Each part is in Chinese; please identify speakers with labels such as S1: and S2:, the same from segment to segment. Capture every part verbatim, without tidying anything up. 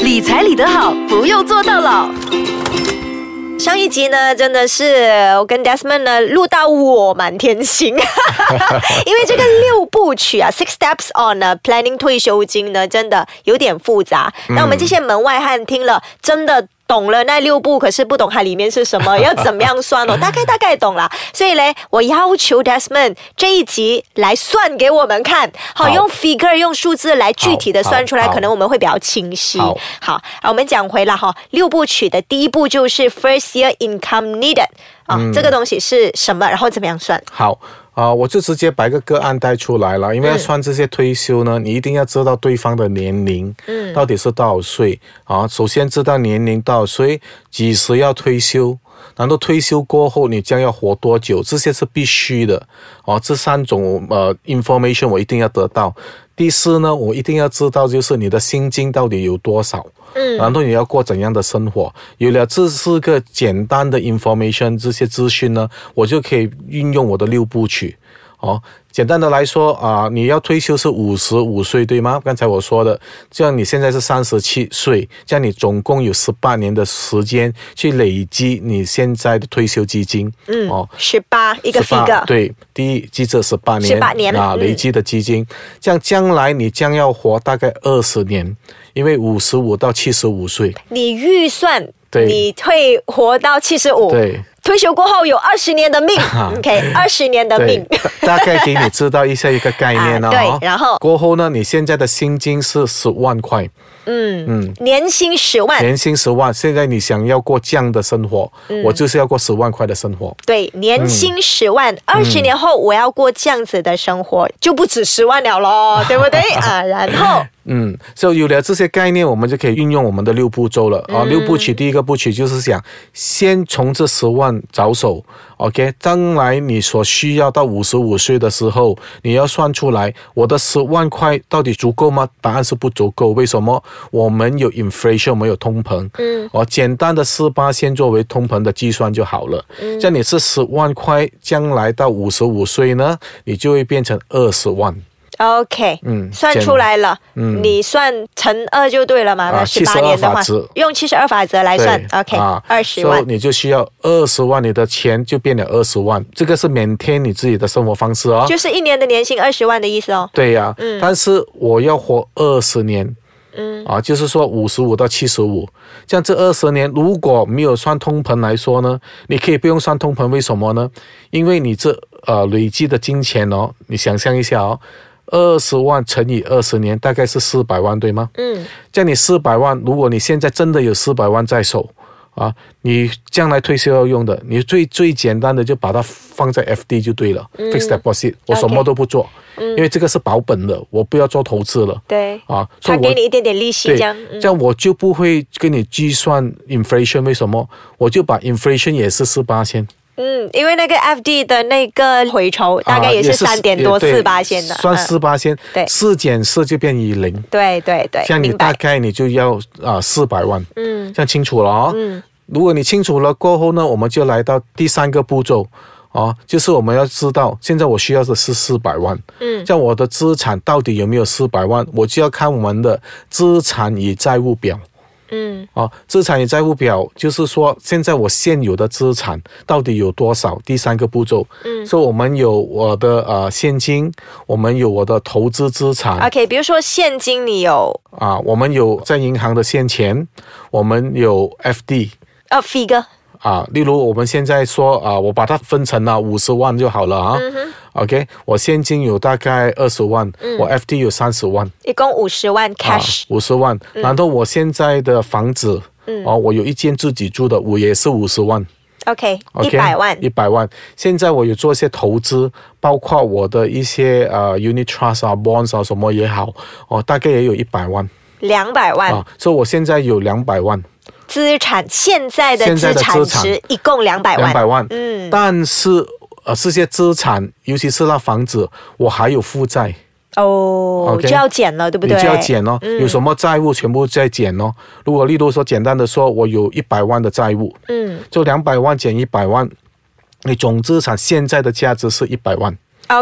S1: 理财理得好，不用做到老。上一集呢，真的是我跟 Desmond 呢录到我满天星，因为这个六部曲啊 ，Six Steps on 呢 Planning 退休金呢，真的有点复杂。嗯、那我们这些门外汉听了，真的懂了那六步，可是不懂它里面是什么，要怎么样算哦？大概大概懂了。所以呢，我要求 Desmond 这一集来算给我们看，好，好用 figure 用数字来具体的算出来，可能我们会比较清晰。好，好，我们讲回了哈，六部曲的第一步就是 First Year Income Needed 啊、嗯，这个东西是什么？然后怎么样算？
S2: 好。啊、呃，我就直接把一个个案带出来了，因为要算这些退休呢，嗯、你一定要知道对方的年龄，嗯，到底是多少岁啊？首先知道年龄多少岁，几时要退休，然后退休过后你将要活多久，这些是必须的哦。这三种呃 information 我一定要得到。第四呢，我一定要知道就是你的薪金到底有多少。嗯，然后你要过怎样的生活？有了这四个简单的 information 这些资讯呢，我就可以运用我的六部曲。哦，简单的来说啊、呃，你要退休是五十五岁，对吗？刚才我说的，这样你现在是三十七岁，这样你总共有十八年的时间去累积你现在的退休基金。
S1: 嗯，哦，十八一个 figure。
S2: 对，第一记着十八年，
S1: 十八年
S2: 啊，累积的基金，嗯、这样将来你将要活大概二十年，因为五十五到七十五岁，
S1: 你预算你会活到七十五。
S2: 对。
S1: 退休过后有二十年的命 ，OK， 二十年的命，
S2: 大概给你知道一下一个概念哦。
S1: 啊、对，然后
S2: 过后呢，你现在的薪金是十万块，
S1: 嗯嗯，年薪十万，
S2: 年薪十万，现在你想要过这样的生活，嗯、我就是要过十万块的生活。
S1: 对，年薪十万，二十、嗯、年后我要过这样子的生活，就不止十万了咯，对不对啊？然后。
S2: 嗯，所以有了这些概念，我们就可以运用我们的六步骤了啊。嗯、六部曲，第一个部曲就是想先从这十万着手 ，OK。将来你所需要到五十五岁的时候，你要算出来，我的十万块到底足够吗？答案是不足够。为什么？我们有 inflation， 我们有通膨。嗯。哦，简单的四八先作为通膨的计算就好了。嗯。这样你是十万块，将来到五十五岁呢，你就会变成二十万。
S1: OK， 嗯，算出来了，嗯，你算乘二就对了嘛？那十八年的话，用七十二法则来算 ，OK， 二十万，
S2: 所以你就需要二十万，你的钱就变了二十万，这个是maintain天你自己的生活方式哦，
S1: 就是一年的年薪二十万的意思哦。
S2: 对呀、啊，嗯，但是我要活二十年。嗯啊，就是说五十五到七十五，这样这二十年如果没有算通膨来说呢，你可以不用算通膨，为什么呢？因为你这呃累积的金钱哦，你想象一下哦，二十万乘以二十年大概是四百万，对吗？嗯，这样你四百万，如果你现在真的有四百万在手。啊，你将来退休要用的，你最最简单的就把它放在 F D 就对了、嗯、，fixed deposit， 我什么都不做，嗯、因为这个是保本的，我不要做投资了。
S1: 对，
S2: 啊，
S1: 他给你一点点利息，这样，
S2: 嗯、这样我就不会跟你计算 inflation， 为什么？我就把 inflation 也是四八千。
S1: 嗯，因为那个 F D 的那个回酬大概也是三点多四八千的，
S2: 算四八千，对，四减四就变以零，
S1: 对对对，
S2: 像你大概你就要啊四百万，嗯，这样清楚了哦，嗯，如果你清楚了过后呢，我们就来到第三个步骤，哦，就是我们要知道现在我需要的是四百万，嗯，像我的资产到底有没有四百万，我就要看我们的资产与债务表。嗯，哦，资产与债务表就是说，现在我现有的资产到底有多少？第三个步骤，嗯，所以我们有我的呃现金，我们有我的投资资产。
S1: OK， 比如说现金你有
S2: 啊，我们有在银行的现钱，我们有 F D，
S1: 呃 figure。
S2: 啊，例如我们现在说啊，我把它分成了五十万就好了啊。嗯哼 OK， 我现金有大概二十万，嗯、我 F D 有三十万，
S1: 一共五十万 cash，
S2: 五十、啊、万。嗯、然后我现在的房子，嗯，哦，我有一间自己住的，我也是五十万。
S1: OK， 一百万，
S2: 一百万。现在我有做一些投资，包括我的一些呃 unit trust 啊、bonds 啊什么也好，哦，大概也有一百万。
S1: 两百万。
S2: 啊，所以我现在有两百万。
S1: 资产现在的资产值一共两百万，
S2: 两百万，嗯，但是呃这些资产，尤其是那房子，我还有负债
S1: 哦， okay? 就要减了，对不对？
S2: 你就要减哦，嗯、有什么债务全部再减哦。如果例如说简单的说，我有一百万的债务，嗯，就两百万减一百万，你总资产现在的价值是一百万。
S1: OK，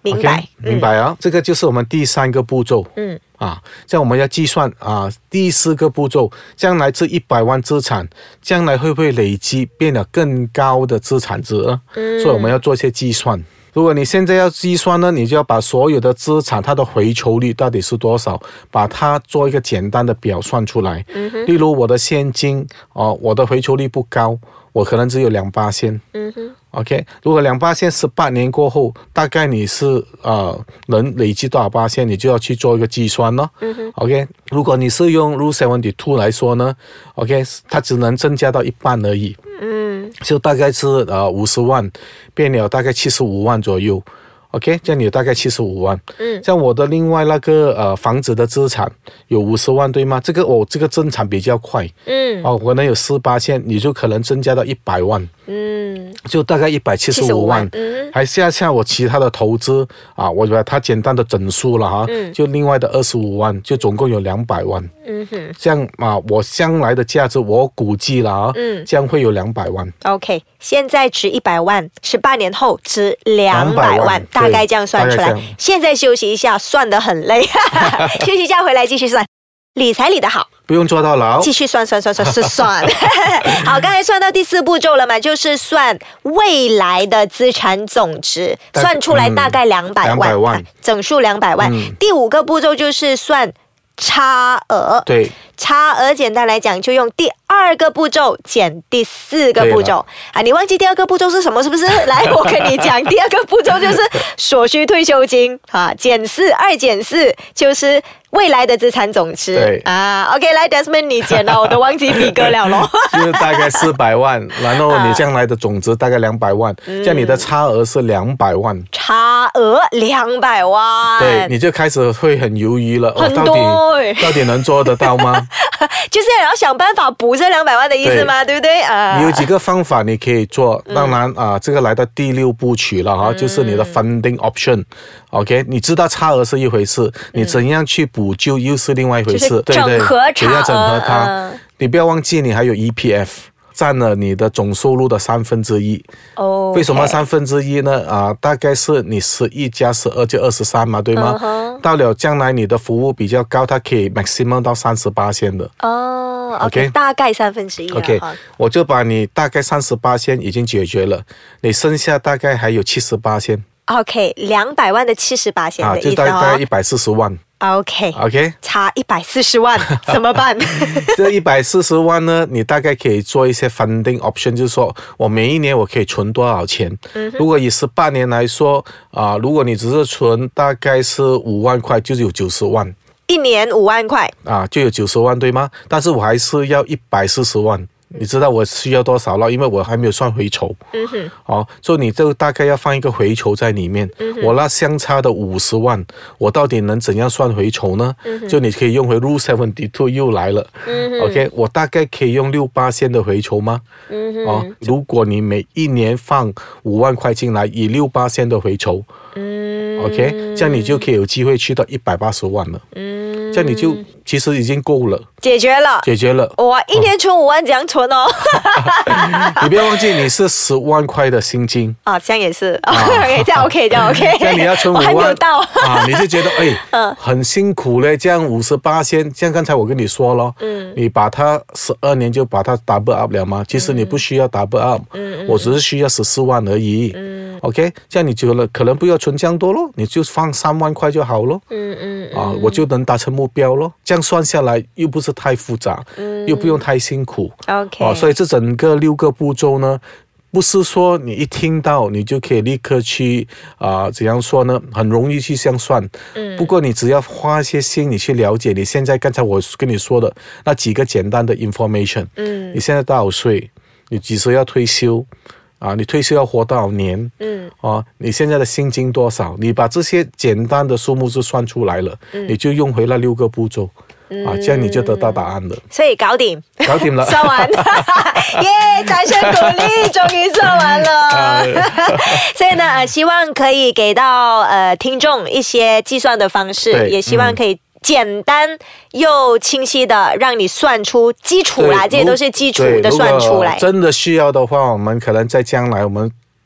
S1: 明白
S2: okay? 明白啊、嗯，这个就是我们第三个步骤。
S1: 嗯
S2: 啊，这样我们要计算啊，第四个步骤，将来这一百万资产，将来会不会累积变得更高的资产值？嗯，所以我们要做一些计算。如果你现在要计算呢，你就要把所有的资产它的回酬率到底是多少，把它做一个简单的表算出来。嗯哼，例如我的现金哦，我的回酬率不高，我可能只有两巴仙。嗯哼。OK， 如果两巴仙十八年过后，大概你是呃能累积多少巴仙，你就要去做一个计算咯。嗯哼 OK， 如果你是用 Rule 七十二来说呢 ，OK， 它只能增加到一半而已。嗯，就大概是呃五十万变了大概七十五万左右。OK， 这样你大概七十五万。嗯，像我的另外那个呃房子的资产有五十万，对吗？这个哦，这个增产比较快。嗯，哦，可能有四八线，你就可能增加到一百万。嗯，就大概一百七十五万。嗯，还下下我其他的投资啊，我把它简单的整数了哈。嗯，就另外的二十五万，就总共有两百万。嗯哼，这样啊，我将来的价值我估计了啊，嗯，将会有两百万。
S1: OK， 现在值一百万，十八年后值两百万。大概这样算出来。现在休息一下，算得很累。休息一下，回来继续算。理财理得好，
S2: 不用坐到牢，
S1: 继续算算算算算算。好，刚才算到第四步骤了嘛，就是算未来的资产总值，算出来大概两百万，两百万，整数两百万。嗯、第五个步骤就是算差额，
S2: 对，
S1: 差额简单来讲，就用第二个步骤减第四个步骤啊。你忘记第二个步骤是什么是不是？来，我跟你讲，第二个步骤就是所需退休金啊，减四，二减四就是未来的资产总值。
S2: 对
S1: 啊 ，OK， 来 Desmond 你减了，我都忘记比格了咯。
S2: 就是大概四百万，然后你将来的总值大概两百万，嗯、这样你的差额是两百万。
S1: 差额两百万，
S2: 对，你就开始会很犹豫了，
S1: 很多、欸
S2: 哦、到底到底能做得到吗？
S1: 就是要想办法补这两百万的意思吗？ 对, 对不对啊？
S2: 你有几个方法你可以做，当然、嗯、啊，这个来到第六部曲了哈、嗯，就是你的 funding option。OK， 你知道差额是一回事，嗯、你怎样去补救又是另外一回事，
S1: 就是整合差额，
S2: 对对，要整合它、嗯。你不要忘记，你还有 E P F。占了你的总收入的三分之一。哦，为什么三分之一呢？啊，大概是你十一加十二就二十三嘛，对吗？ Uh-huh. 到了将来你的服务比较高，它可以 maximum 到三十八仙的。
S1: 哦 ，OK， 大概三分之一。
S2: OK， 我就把你大概三十八仙已经解决了，你剩下大概还有七十八仙。
S1: OK， 两百万的七十八仙的意思、哦、
S2: 啊，就大概一百四十万。
S1: OK
S2: OK，
S1: 差一百四十万怎么办？
S2: 这一百四十万呢，你大概可以做一些 funding option， 就是说我每一年我可以存多少钱。嗯、如果以十八年来说啊、呃，如果你只是存大概是五万块，就有九十万。
S1: 一年五万块
S2: 啊，就有九十万对吗？但是我还是要一百四十万。你知道我需要多少了？因为我还没有算回酬。嗯哼。哦，所以你就大概要放一个回酬在里面。嗯哼。我那相差的五十万，我到底能怎样算回酬呢？嗯哼。就你可以用回 Rule 七十二又来了。嗯哼。OK， 我大概可以用六八仙的回酬吗？嗯哼。哦，如果你每一年放五万块进来，以六八仙的回酬。嗯。OK， 这样你就可以有机会去到一百八十万了。嗯。这样你就其实已经够了。
S1: 解决了。
S2: 解决了。
S1: 哇，一年存五万怎样存哦？
S2: 你不要忘记你是十万块的薪金
S1: 啊，这样也是、啊、OK， 这样 OK， 这样 OK。
S2: 这样你要存五万，
S1: 我还没有到
S2: 啊，你就觉得哎、嗯，很辛苦嘞。这样五十八仙，像刚才我跟你说了，嗯，你把它十二年就把它 double up 了吗？其实你不需要 double up，嗯，我只是需要十四万而已，嗯 ，OK， 这样你觉得可能不要存这样多咯，你就放三万块就好咯，嗯嗯，啊，我就能达成目标咯。这样算下来又不是太复杂，嗯，又不用太辛苦
S1: ，OK，
S2: 啊，所以这整个六个步骤呢，不是说你一听到你就可以立刻去啊、呃，怎样说呢？很容易去这样算。嗯。不过你只要花一些心，你去了解你现在刚才我跟你说的那几个简单的 information。嗯。你现在多少岁？你几时要退休？啊，你退休要活多少年？嗯。啊，你现在的薪金多少？你把这些简单的数目字算出来了，嗯、你就用回那六个步骤。啊，这样你就得到答案了。
S1: 所以搞定，
S2: 搞定了，
S1: 算完，耶！掌声鼓励，终于算完了。所以呢，呃，希望可以给到呃听众一些计算的方式，也希望可以简单又清晰的让你算出基础啦，这些都是基础的算出来。
S2: 真的需要的话，我们可能在将来我们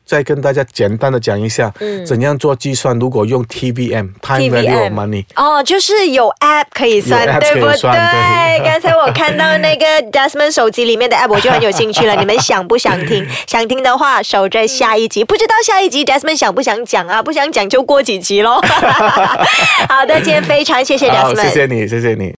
S2: 再跟大家简单的讲一下，嗯，怎样做计算。如果用 T V M（Time Value of Money）
S1: 哦，就是有 App 可以算，
S2: 有 app
S1: 对不
S2: 可以算
S1: 对？
S2: 对
S1: 刚才我看到那个 Desmond 手机里面的 App， 我就很有兴趣了。你们想不想听？想听的话，守着下一集。不知道下一集 Desmond 想不想讲啊？不想讲就过几集咯。好的，今天非常谢谢 Desmond，
S2: 好，谢谢你，谢谢你。